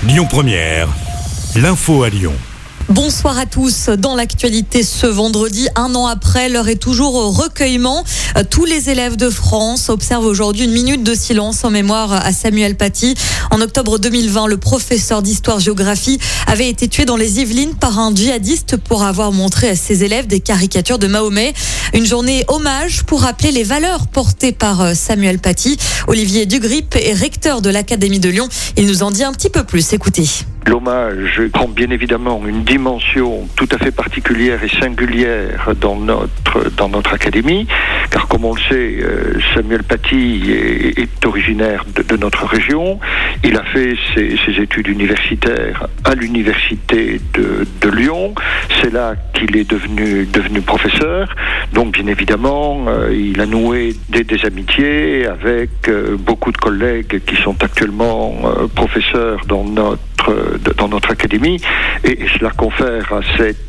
Lyon Première, l'info à Lyon. Bonsoir à tous. Dans l'actualité ce vendredi, 1 an après, l'heure est toujours au recueillement. Tous les élèves de France observent aujourd'hui une minute de silence en mémoire à Samuel Paty. En octobre 2020, le professeur d'histoire-géographie avait été tué dans les Yvelines par un djihadiste pour avoir montré à ses élèves des caricatures de Mahomet. Une journée hommage pour rappeler les valeurs portées par Samuel Paty. Olivier Dugrip est recteur de l'Académie de Lyon. Il nous en dit un petit peu plus. Écoutez. L'hommage prend bien évidemment une dimension tout à fait particulière et singulière dans notre académie, car comme on le sait, Samuel Paty est originaire de notre région. Il a fait ses études universitaires à l'université de Lyon. C'est là qu'il est devenu professeur. Donc bien évidemment, il a noué des amitiés avec beaucoup de collègues qui sont actuellement professeurs dans notre académie, et cela confère à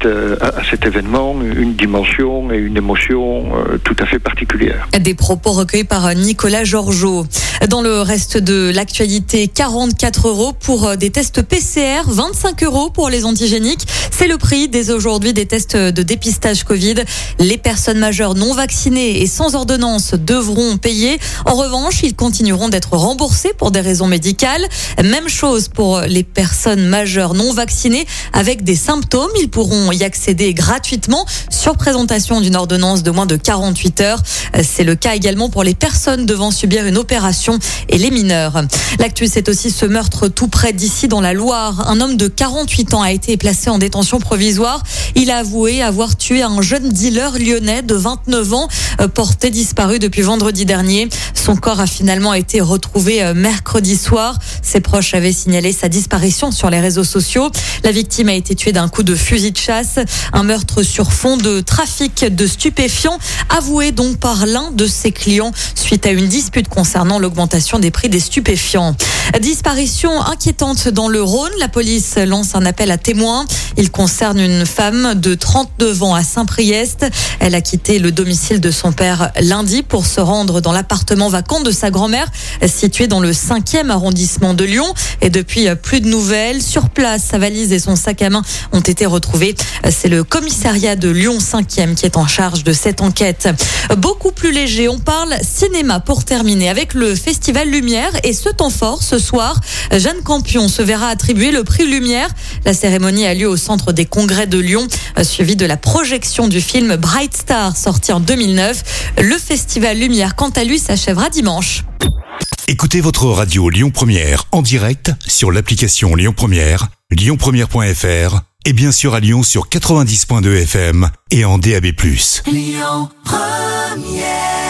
cet événement une dimension et une émotion tout à fait particulière. Des propos recueillis par Nicolas Georgeot. Dans le reste de l'actualité, 44 € pour des tests PCR, 25 € pour les antigéniques. C'est le prix dès aujourd'hui des tests de dépistage Covid. Les personnes majeures non vaccinées et sans ordonnance devront payer. En revanche, ils continueront d'être remboursés pour des raisons médicales. Même chose pour les personnes majeures non vaccinées avec des symptômes. Ils pourront y accéder gratuitement sur présentation d'une ordonnance de moins de 48 heures. C'est le cas également pour les personnes devant subir une opération et les mineurs. L'actu, c'est aussi ce meurtre tout près d'ici dans la Loire. Un homme de 48 ans a été placé en détention provisoire. Il a avoué avoir tué un jeune dealer lyonnais de 29 ans, porté disparu depuis vendredi dernier. Son corps a finalement été retrouvé mercredi soir. Ses proches avaient signalé sa disparition sur les réseaux sociaux. La victime a été tuée d'un coup de fusil de chasse. Un meurtre sur fond de trafic de stupéfiants, avoué donc par l'un de ses clients suite à une dispute concernant l'augmentation des prix des stupéfiants. Disparition inquiétante dans le Rhône. La police lance un appel à témoins. Il concerne une femme de 39 ans à Saint-Priest. Elle a quitté le domicile de son père lundi pour se rendre dans l'appartement vacant de sa grand-mère, situé dans le 5e arrondissement de Lyon. Et depuis, plus de nouvelles. Sur place, sa valise et son sac à main ont été retrouvés. C'est le commissariat de Lyon 5e qui est en charge de cette enquête. Beaucoup plus léger, on parle cinéma pour terminer avec le Festival Lumière et ce temps fort ce soir. Jeanne Campion se verra attribuer le prix Lumière. La cérémonie a lieu au Centre des Congrès de Lyon, suivi de la projection du film Bright Star, sorti en 2009. Le Festival Lumière, quant à lui, s'achèvera dimanche. Écoutez votre radio Lyon Première en direct sur l'application Lyon Première, lyonpremière.fr et bien sûr à Lyon sur 90.2 FM et en DAB+. Lyon Première.